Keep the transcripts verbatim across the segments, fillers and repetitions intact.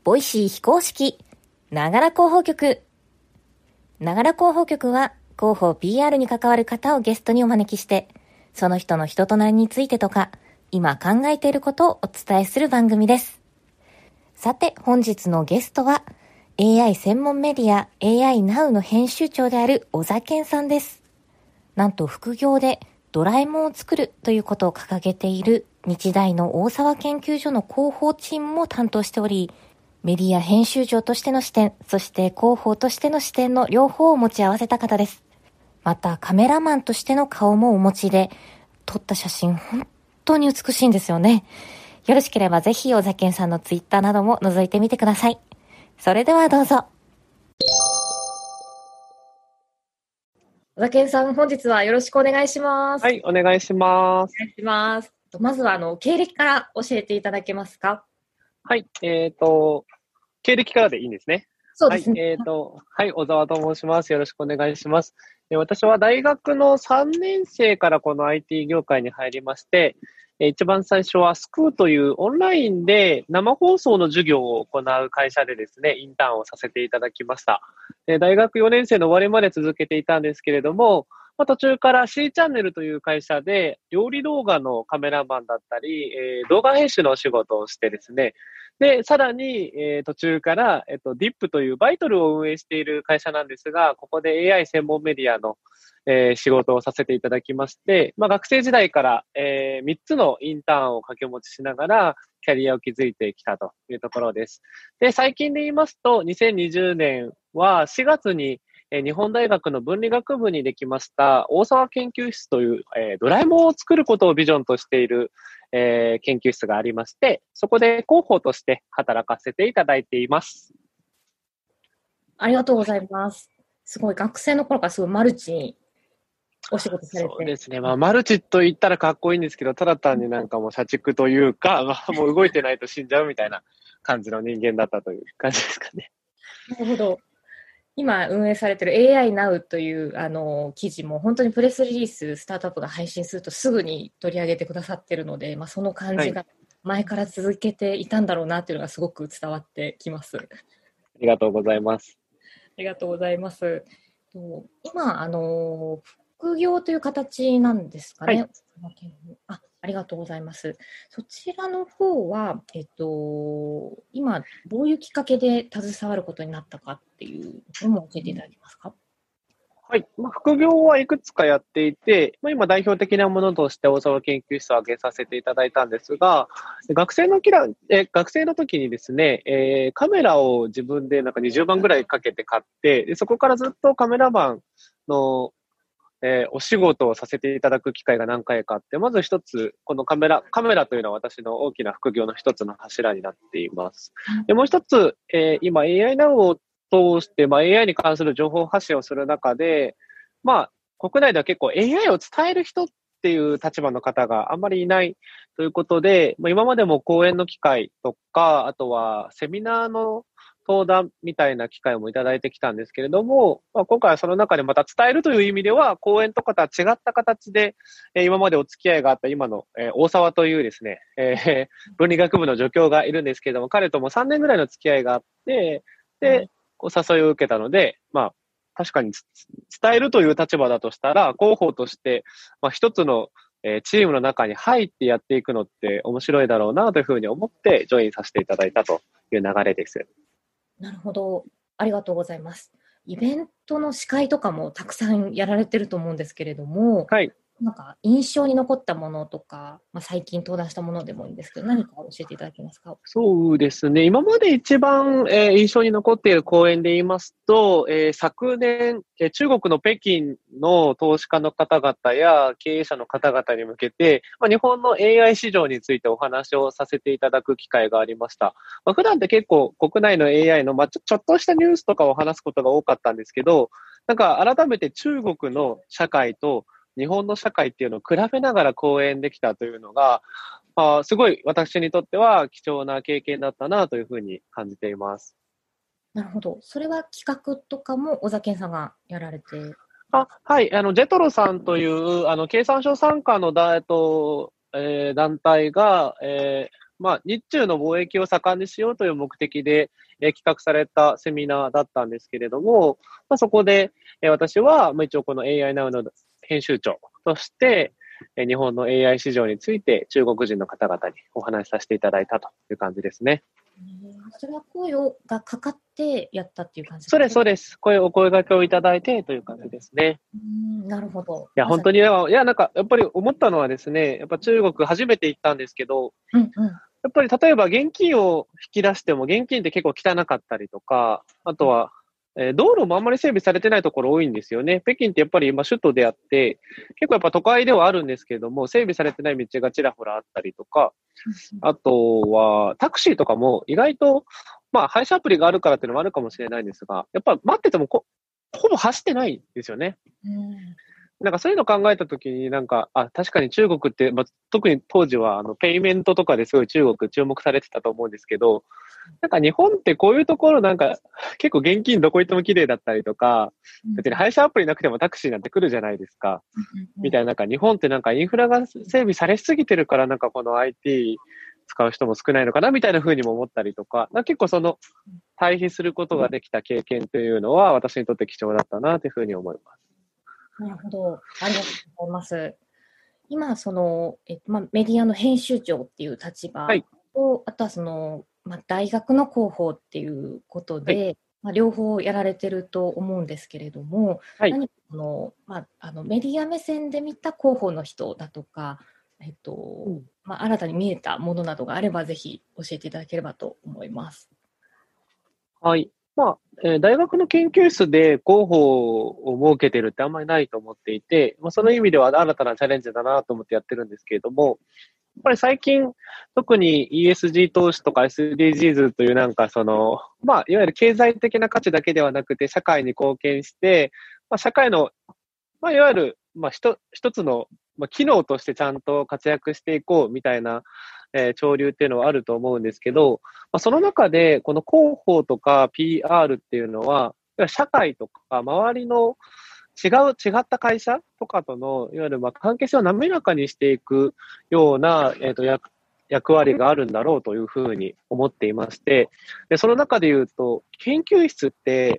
ボイシー非公式、ながら広報局。ながら広報局は、広報 ピーアール に関わる方をゲストにお招きして、その人の人となりについてとか、今考えていることをお伝えする番組です。さて、本日のゲストは、エーアイ 専門メディア エーアイ ナウ の編集長である小田健さんです。なんと副業でドラえもんを作るということを掲げている日大の大沢研究所の広報チームも担当しており、メディア編集長としての視点、そして広報としての視点の両方を持ち合わせた方です。またカメラマンとしての顔もお持ちで、撮った写真本当に美しいんですよね。よろしければぜひ小田健さんのツイッターなども覗いてみてください。それではどうぞ。小田健さん、本日はよろしくお願いします。 はい、お願いします。 お願いします。まずはあの経歴から教えていただけますか？ はい、えっ、ー、と、経歴からでいいんですね。 そうですね。 はい、えっ、ー、と、はい、小沢と申します。よろしくお願いします。私は大学のさんねん生からこの アイティー 業界に入りまして、一番最初はスクーというオンラインで生放送の授業を行う会社でですね、インターンをさせていただきました。で、大学よねん生の終わりまで続けていたんですけれども、まあ、途中から C チャンネルという会社で料理動画のカメラマンだったり、えー、動画編集のお仕事をしてですね、で、さらに、えー、途中から、えっと、ディップというバイトルを運営している会社なんですが、ここで エーアイ 専門メディアの、えー、仕事をさせていただきまして、まあ、学生時代から、えー、みっつのインターンを掛け持ちしながら、キャリアを築いてきたというところです。で、最近で言いますと、にせんにじゅうねんはしがつに、えー、日本大学の文理学部にできました大沢研究室という、えー、ドラえもんを作ることをビジョンとしている、えー、研究室がありまして、そこで広報として働かせていただいています。 ありがとうございます。すごい学生の頃からすごいマルチにお仕事されて。 そうですね。まあ、マルチと言ったらかっこいいんですけど、ただ単になんかもう社畜というか、まあ、もう動いてないと死んじゃうみたいな感じの人間だったという感じですかね。 なるほど。今運営されている エーアイ ナウ というあの記事も本当にプレスリリーススタートアップが配信するとすぐに取り上げてくださっているので、まあ、その感じが前から続けていたんだろうなというのがすごく伝わってきます。ありがとうございます。 ありがとうございます。今あの副業という形なんですかね。はい、あ、ありがとうございます。そちらの方は、えっと、今どういうきっかけで携わることになったかっていうのも教えていただけますか？ はい。まあ、副業はいくつかやっていて、まあ、今代表的なものとして大沢研究室を挙げさせていただいたんですが、学生のキラえ学生の時にですね、えー、カメラを自分でなんかにじゅうまんぐらいかけて買って、でそこからずっとカメラマンのえー、お仕事をさせていただく機会が何回かあって、まず一つ、このカメラ、カメラというのは私の大きな副業の一つの柱になっています。で、もう一つ、えー、今 エーアイ ナウ を通して、まあ、エーアイ に関する情報発信をする中で、まあ、国内では結構 エーアイ を伝える人っていう立場の方があんまりいないということで、まあ、今までも講演の機会とか、あとはセミナーの登壇みたいな機会もいただいてきたんですけれども、まあ、今回はその中でまた伝えるという意味では、講演とかとは違った形で、えー、今までお付き合いがあった今の、えー、大沢というですね、えー、文理学部の助教がいるんですけれども、彼ともさんねんぐらいの付き合いがあって、で、お誘いを受けたので、まあ、確かに伝えるという立場だとしたら、広報として、まあ、一つのえー、チームの中に入ってやっていくのって面白いだろうなというふうに思ってジョインさせていただいたという流れです。 なるほど。ありがとうございます。イベントの司会とかもたくさんやられてると思うんですけれども、 はい。 なんか印象に残ったものとか、まあ、最近登壇したものでもいいんですけど、何か教えていただけますか？ そうですね。今まで一番、えー、印象に残っている講演で言いますと、えー、昨年、えー、中国の北京の投資家の方々や経営者の方々に向けて、まあ、日本の エーアイ 市場についてお話をさせていただく機会がありました。まあ、普段って結構国内の エーアイ の、まあ、ちょ、ちょっとしたニュースとかを話すことが多かったんですけど、なんか改めて中国の社会と日本の社会っていうのを比べながら講演できたというのが、あすごい私にとっては貴重な経験だったなというふうに感じています。 なるほど。それは企画とかも小田健さんがやられて？ あはい。あの、ジェトロさんという、あの、経産省参加のだ、えっと、えー、団体が、えーまあ、日中の貿易を盛んにしようという目的で、えー企画されたセミナーだったんですけれども、まあ、そこで、えー私は、まあ、一応この エーアイ ナウの編集長として、えー日本の エーアイ 市場について中国人の方々にお話しさせていただいたという感じですね。 それは声をがかかってやったっていう感じそうです、そうでです。声、お声掛けをいただいてという感じですね。 す。うん、なるほど。 いや、本当に、いや、なんか、やっぱり思ったのはですね、やっぱ中国初めて行ったんですけど、 うんうん。 やっぱり例えば現金を引き出しても現金って結構汚かったりとか、あとは、えー道路もあんまり整備されてないところ多いんですよね。北京ってやっぱり今首都であって、結構やっぱ都会ではあるんですけれども、整備されてない道がちらほらあったりとか、あとはタクシーとかも意外と、まあ配車アプリがあるからっていうのもあるかもしれないんですが、やっぱ待っててもこほぼ走ってないんですよね。 うんなんかそういうのを考えたときになんか、あ、確かに中国って、まあ、特に当時はあのペイメントとかですごい中国注目されてたと思うんですけど、なんか日本ってこういうところなんか結構現金どこ行っても綺麗だったりとか、別に配車アプリなくてもタクシーなんて来るじゃないですか。みたいな、なんか日本ってなんかインフラが整備されすぎてるからなんかこの アイティー 使う人も少ないのかなみたいな風にも思ったりとか、なんか結構その対比することができた経験というのは私にとって貴重だったなというふうに思います。 なるほど。ありがとうございます。今、その、えっと、まあ、メディアの編集長っていう立場はい。 と、あとはその、まあ、大学の広報っていうことはい。 で、まあ、両方やられてると思うんですけれども、 はい。 何かその、まあ、あのメディア目線で見た広報の人だとか、えっと、 うん。 まあ、新たに見えたものなどがあれば、ぜひ教えていただければと思います。 はい。まあ、えー大学の研究室で広報を設けてるってあんまりないと思っていて、まあ、その意味では新たなチャレンジだなと思ってやってるんですけれども、やっぱり最近、特に イーエスジー 投資とか エスディージーズ というなんかその、まあ、いわゆる経済的な価値だけではなくて、社会に貢献して、まあ、社会の、まあ、いわゆる、まあ、一一つの、まあ、機能としてちゃんと活躍していこうみたいな、えー潮流っていうのはあると思うんですけど、まあ、その中で、この広報とか ピーアール っていうのは、社会とか周りの違う、違った会社とかとの、いわゆるまあ関係性を滑らかにしていくような、えっと、役、役割があるんだろうというふうに思っていまして、で、その中で言うと、研究室って、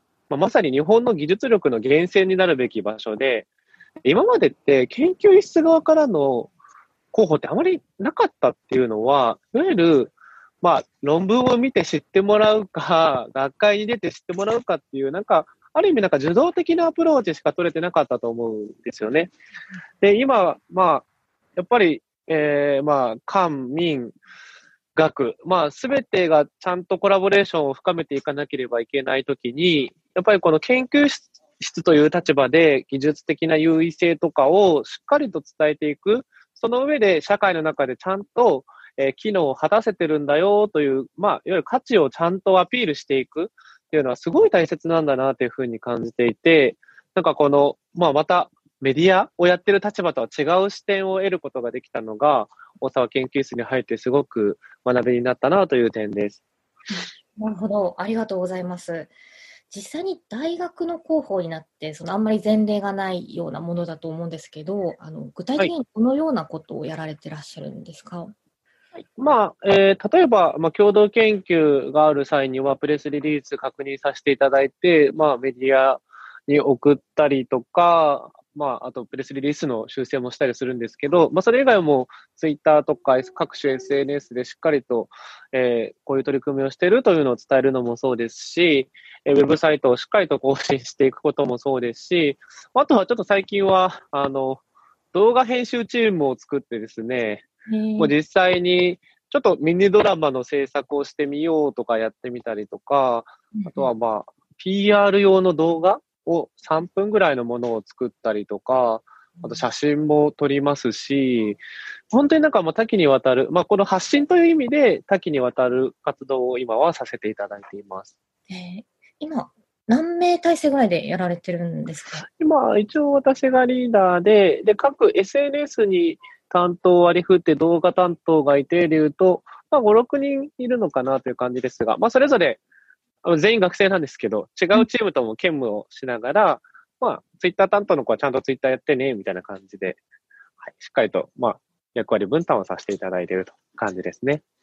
まあ、まさに日本の技術力の源泉になるべき場所で、今までって研究室側からの候補ってあまりなかったっていうのは、いわゆる、まあ、論文を見て知ってもらうか、学会に出て知ってもらうかっていう、なんか、ある意味なんか受動的なアプローチしか取れてなかったと思うんですよね。で、今、まあ、やっぱり、えー、まあ、官民、学、まあ、すべてがちゃんとコラボレーションを深めていかなければいけないときに、やっぱりこの研究室という立場で技術的な優位性とかをしっかりと伝えていく。その上で社会の中でちゃんと、えー機能を果たせてるんだよという、まあ、いわゆる価値をちゃんとアピールしていくっていうのはすごい大切なんだなというふうに感じていて、なんかこの、まあ、またメディアをやってる立場とは違う視点を得ることができたのが、大沢研究室に入ってすごく学びになったなという点です。 なるほど。ありがとうございます。実際に大学の広報になって、そのあんまり前例がないようなものだと思うんですけど、あの具体はい。 的にどのようなことをやられてらっしゃるんですか？ まあ、えー例えば、まあ、共同研究がある際には、プレスリリース確認させていただいて、まあ、メディアに送ったりとか、まあ、あと、プレスリリースの修正もしたりするんですけど、まあ、それ以外も、ツイッターとか各種 エスエヌエス でしっかりと、えーこういう取り組みをしているというのを伝えるのもそうですし、えーウェブサイトをしっかりと更新していくこともそうですし、あとはちょっと最近は、あの、動画編集チームを作ってですね、 えーもう実際にちょっとミニドラマの制作をしてみようとかやってみたりとか、あとはまあ、ピーアール 用の動画をさんぷんぐらいのものを作ったりとか、あと写真も撮りますし、本当になんかもう多岐にわたる、まあこの発信という意味で多岐にわたる活動を今はさせていただいています。 えー今、何名体制ぐらいでやられてるんですか？ 今、一応私がリーダーで、で、各 エスエヌエス に担当割り振って動画担当がいてでいうと、まあ、ご、ろくにんいるのかなという感じですが、まあ、それぞれ、あの全員学生なんですけど、違うチームとも兼務をしながら、まあ、ツイッター担当の子はちゃんとツイッターやってね、みたいな感じで、はい、しっかりと、まあ、役割分担をさせていただいているという感じですね。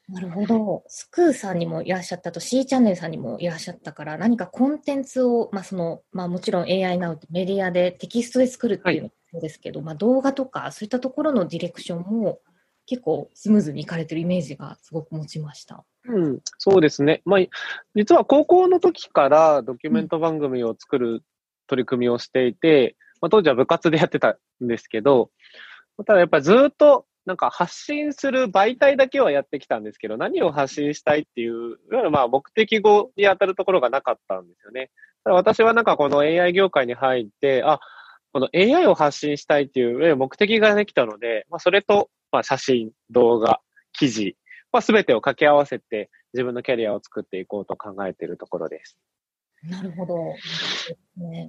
なるほど。スクーさんにもいらっしゃったと、C チャンネルさんにもいらっしゃったから、何かコンテンツを、まあその、まあもちろん エーアイ ナウってメディアでテキストで作るっはい。 ていうのもそうですけど、まあ動画とかそういったところのディレクションも結構スムーズにいかれてるイメージがすごく持ちました。 うん、そうですね。まあ、実は高校の時からドキュうん。 メント番組を作る取り組みをしていて、まあ、当時は部活でやってたんですけど、ただやっぱりずっとなんか発信する媒体だけはやってきたんですけど、何を発信したいっていう、いわゆるまあ目的語に当たるところがなかったんですよね。ただ私はなんかこの エーアイ 業界に入って、あ、この エーアイ を発信したいっていういわゆる目的ができたので、まあ、それと、まあ、写真、動画、記事、まあ、全てを掛け合わせて自分のキャリアを作っていこうと考えているところです。 なるほど。ね、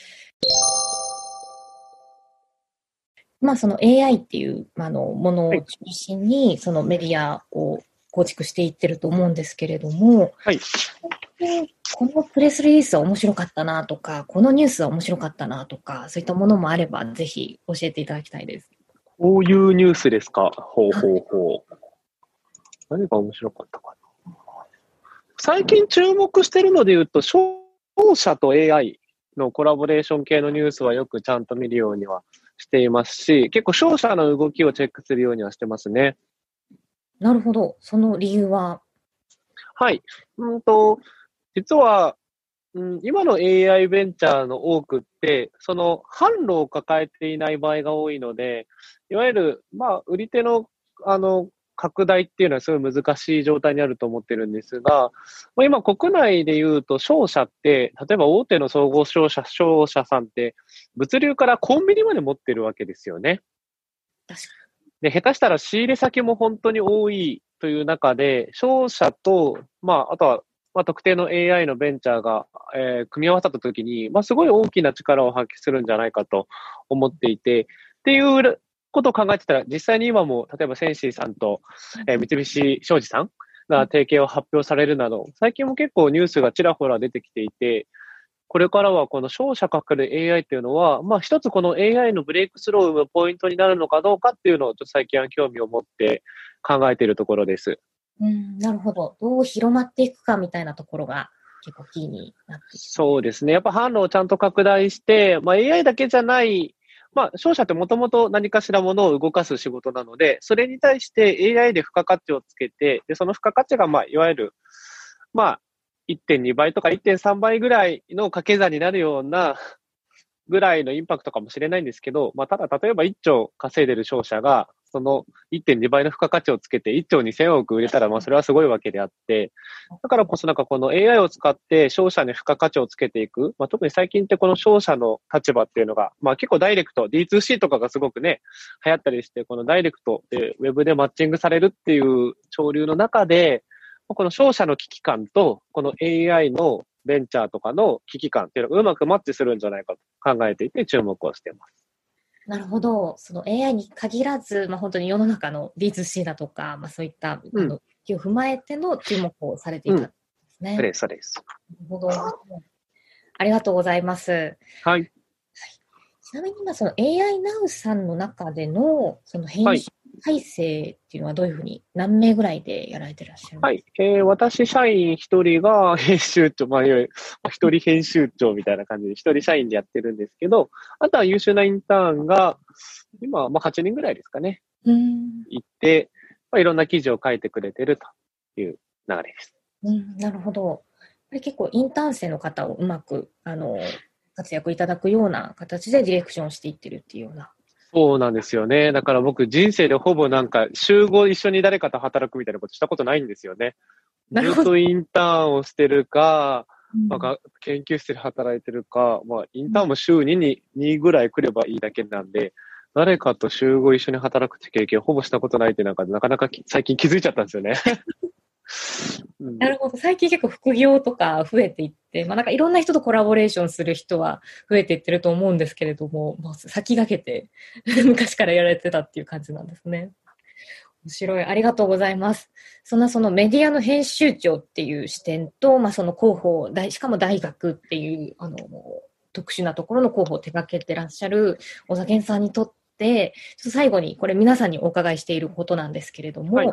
まあその エーアイ っていうあのものはい。 を中心にそのメディアを構築していってると思うんですけれども、 はい。 このプレスリリースは面白かったなとか、このニュースは面白かったなとか、そういったものもあれば、ぜひ教えていただきたいです。 こういうニュースですか。ほうほうほう。何が面白かったかな。最近注目してるので言うと、商社と エーアイ のコラボレーション系のニュースはよくちゃんと見るようにはしていますし、結構商社の動きをチェックするようにはしてますね。 なるほど。その理由は？ はい。うんと、実は、うん、今の エーアイ ベンチャーの多くって、その販路を抱えていない場合が多いので、いわゆる、まあ、売り手の、あの、拡大っていうのはすごい難しい状態にあると思ってるんですが、まあ、今国内で言うと商社って、例えば大手の総合商社、商社さんって、物流からコンビニまで持ってるわけですよね。 確かで、下手したら仕入れ先も本当に多いという中で、商社と、まあ、あとは、まあ、特定の エーアイ のベンチャーが、えー組み合わさったときに、まあ、すごい大きな力を発揮するんじゃないかと思っていて、っていうことを考えてたら、実際に今も、例えばセンシーさんと、えー三菱商事さんがに。 提携を発表されるなど、最近も結構ニュースがちらほら出てきていて、これからはこの商社かける エーアイ っていうのは、まあ一つこの エーアイ のブレイクスローを生むポイントになるのかどうかっていうのをちょっと最近は興味を持って考えているところです。 うん、なるほど。どう広まっていくかみたいなところが結構キーになってきて。 そうですね。やっぱ販路をちゃんと拡大して、まあ エーアイ だけじゃない、まあ商社ってもともと何かしらものを動かす仕事なので、それに対して エーアイ で付加価値をつけて、で、その付加価値がまあいわゆる、まあいってんにばいとかいってんさんばいぐらいの掛け算になるようなぐらいのインパクトかもしれないんですけど、まあ、ただ、例えばいっちょう稼いでる商社が、そのいってんにばいの付加価値をつけていっちょうにせんおく売れたら、まあ、それはすごいわけであって、だからこそなんかこの エーアイ を使って商社に付加価値をつけていく、まあ、特に最近ってこの商社の立場っていうのが、まあ、結構ダイレクト、ディーツーシー とかがすごくね、流行ったりして、このダイレクトでウェブでマッチングされるっていう潮流の中で、この商社の危機感と、この エーアイ のベンチャーとかの危機感っていうのがうまくマッチするんじゃないかと考えていて注目をしています。 なるほど。その エーアイ に限らず、まあ、本当に世の中の ディーツーシー だとか、まあ、そういったうん、 あの気を踏まえての注目をされていうん、 たんですね。 そうです、そうです。 なるほど。ありがとうございます。 はい、 ちなみに今その エーアイ ナウさんの中でのそのはい、 編集体制っていうのはどういうふうに何名ぐらいでやられてらっしゃるんですか？ はい。えー、私、社員一人が編集長、まあ、いわゆる一人編集長みたいな感じで一人社員でやってるんですけど、あとは優秀なインターンが、今、まあ、はちにんぐらいですかね、 うーん、 行って、まあ、いろんな記事を書いてくれてるという流れです。 うん、なるほど。これ結構インターン生の方をうまくあの活躍いただくような形でディレクションしていってるっていうような。 そうなんですよね。だから僕人生でほぼなんか週ご一緒に誰かと働くみたいなことしたことないんですよね。 なるほど。 ずっとインターンをしてるか、まあ、 うん、 が研究室で働いてるか、まあ、インターンも週にに、にぐらい来ればいいだけなんで、誰かと週ご一緒に働くって経験ほぼしたことないってなんか、なかなかき最近気づいちゃったんですよね。うん、 なるほど。最近結構副業とか増えていって、まあなんかいろんな人とコラボレーションする人は増えていってると思うんですけれども、もう先駆けて昔からやられてたっていう感じなんですね。面白い。ありがとうございます。そんなそのメディアの編集長っていう視点と、まあその広報、大しかも大学っていう、あの、特殊なところの広報を手掛けてらっしゃる小田健さんにとって、ちょっと最後にこれ皆さんにお伺いしていることなんですけれども、 はい。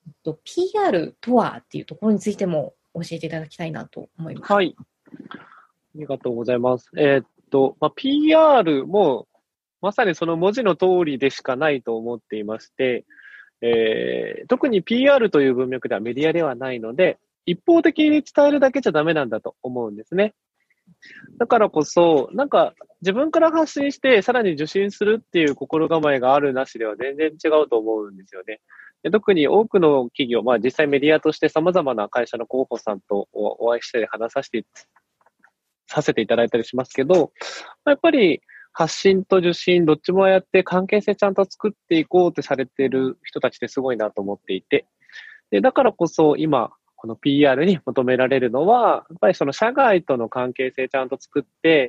えっと、ピーアール とはっていうところについても教えていただきたいなと思います。 はい。ありがとうございます。えーっと、まあ、ピーアール もまさにその文字の通りでしかないと思っていまして、えー特に ピーアール という文脈ではメディアではないので、一方的に伝えるだけじゃダメなんだと思うんですね。だからこそ、なんか自分から発信してさらに受信するっていう心構えがあるなしでは全然違うと思うんですよね。で特に多くの企業、まあ実際メディアとして様々な会社の候補さんとおお会いして話させて、させていただいたりしますけど、やっぱり発信と受信、どっちもやって関係性ちゃんと作っていこうってされている人たちってすごいなと思っていて、で、だからこそ今、この ピーアール に求められるのは、やっぱりその社外との関係性ちゃんと作って、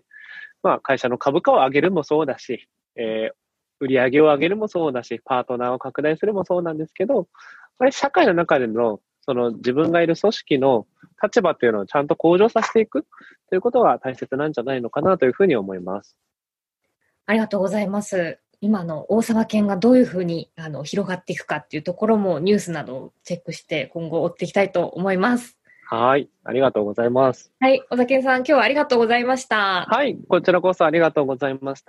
まあ会社の株価を上げるもそうだし、えー売り上げを上げるもそうだし、パートナーを拡大するもそうなんですけど、これ社会の中での、その自分がいる組織の立場っていうのをちゃんと向上させていくということが大切なんじゃないのかなというふうに思います。 ありがとうございます。今の大沢犬がどういうふうにあの広がっていくかっていうところもニュースなどをチェックして今後追っていきたいと思います。 はい。ありがとうございます。 はい。大沢犬さん、今日はありがとうございました。 はい。こちらこそありがとうございました。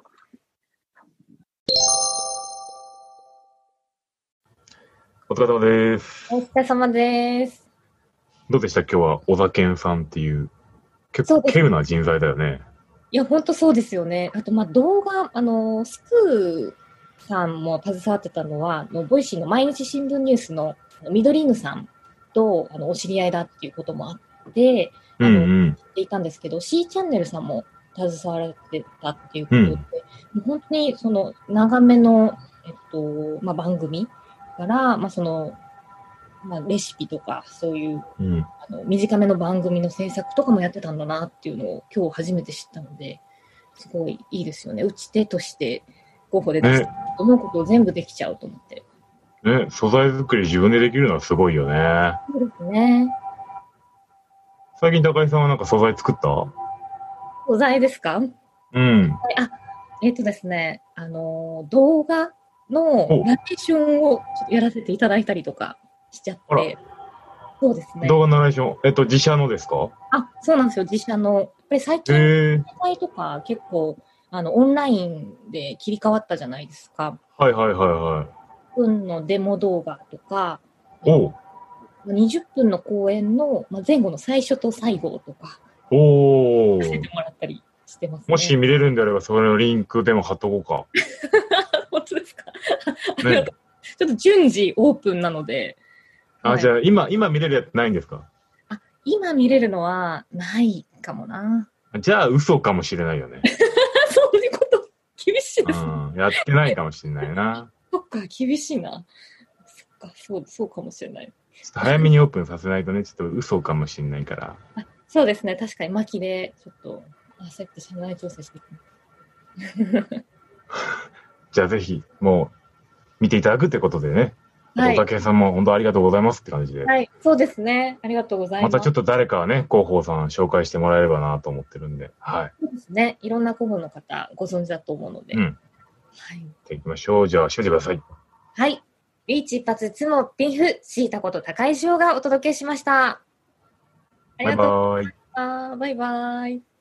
お疲れ様です。 お疲れ様です。 どうでした今日は小田健さんっていう結構稀有な人材だよね。 いや、本当そうですよね。あと、まあ、動画、あの、スクーさんも携わってたのは、のボイシーの毎日新聞ニュースの緑犬さんとあのお知り合いだっていうこともあって、あの、 うんうん、 知っていたんですけど、C チャンネルさんも携わられてたっていうことで、うん、もう本当にその長めの、えっと、まあ、番組から、まあ、その、まあ、レシピとか、そういう、うん、あの短めの番組の制作とかもやってたんだなっていうのを今日初めて知ったので、すごいいいですよね。打ち手として候補で出したと思うことを全部できちゃうと思って。 ね、素材作り自分でできるのはすごいよね。 そうですね。 最近高井さんはなんか素材作った？ 素材ですか？ うん。 あ、えっとですね、あの、動画のナレーションをやらせていただいたりとかしちゃって。そうですね。 動画ナレーション、えっと、自社のですか？ あ、そうなんですよ、自社の。やっぱり最近、携帯とか結構、あの、オンラインで切り替わったじゃないですか。 はいはいはいはい。 いっぷんのデモ動画とか、 おにじゅっぷんの講演の前後の最初と最後とか、 おさせてもらったりしてますね。 もし見れるんであれば、それのリンクでも貼っとこうか。 本当ですか？ね、ちょっと順次オープンなので。 あ、はい、じゃあ今、今見れるやつないんですか？ あ、今見れるのはないかもな。 じゃあ嘘かもしれないよね。 そういうこと厳しいですね。 うん、やってないかもしれないな。 そっか、厳しいな。そっか、そう、そうかもしれない。 ちょっと早めにオープンさせないとね、ちょっと嘘かもしれないから。 あ、そうですね、確かに巻きで、ちょっと焦って社内調整していく。 じゃあぜひ、もう、見ていただくってことでね。はい。大竹さんも本当ありがとうございますって感じで。 はい、そうですね。ありがとうございます。 またちょっと誰かね、広報さん紹介してもらえればなと思ってるんで。はい。 そうですね。いろんな広報の方ご存知だと思うので。うん。はい。 じゃあ行きましょう。じゃあ、閉めてください。 はい。リーチ一発つもビーフ、シータこと高井翔がお届けしました。 バイバーイ。 あバイバイ。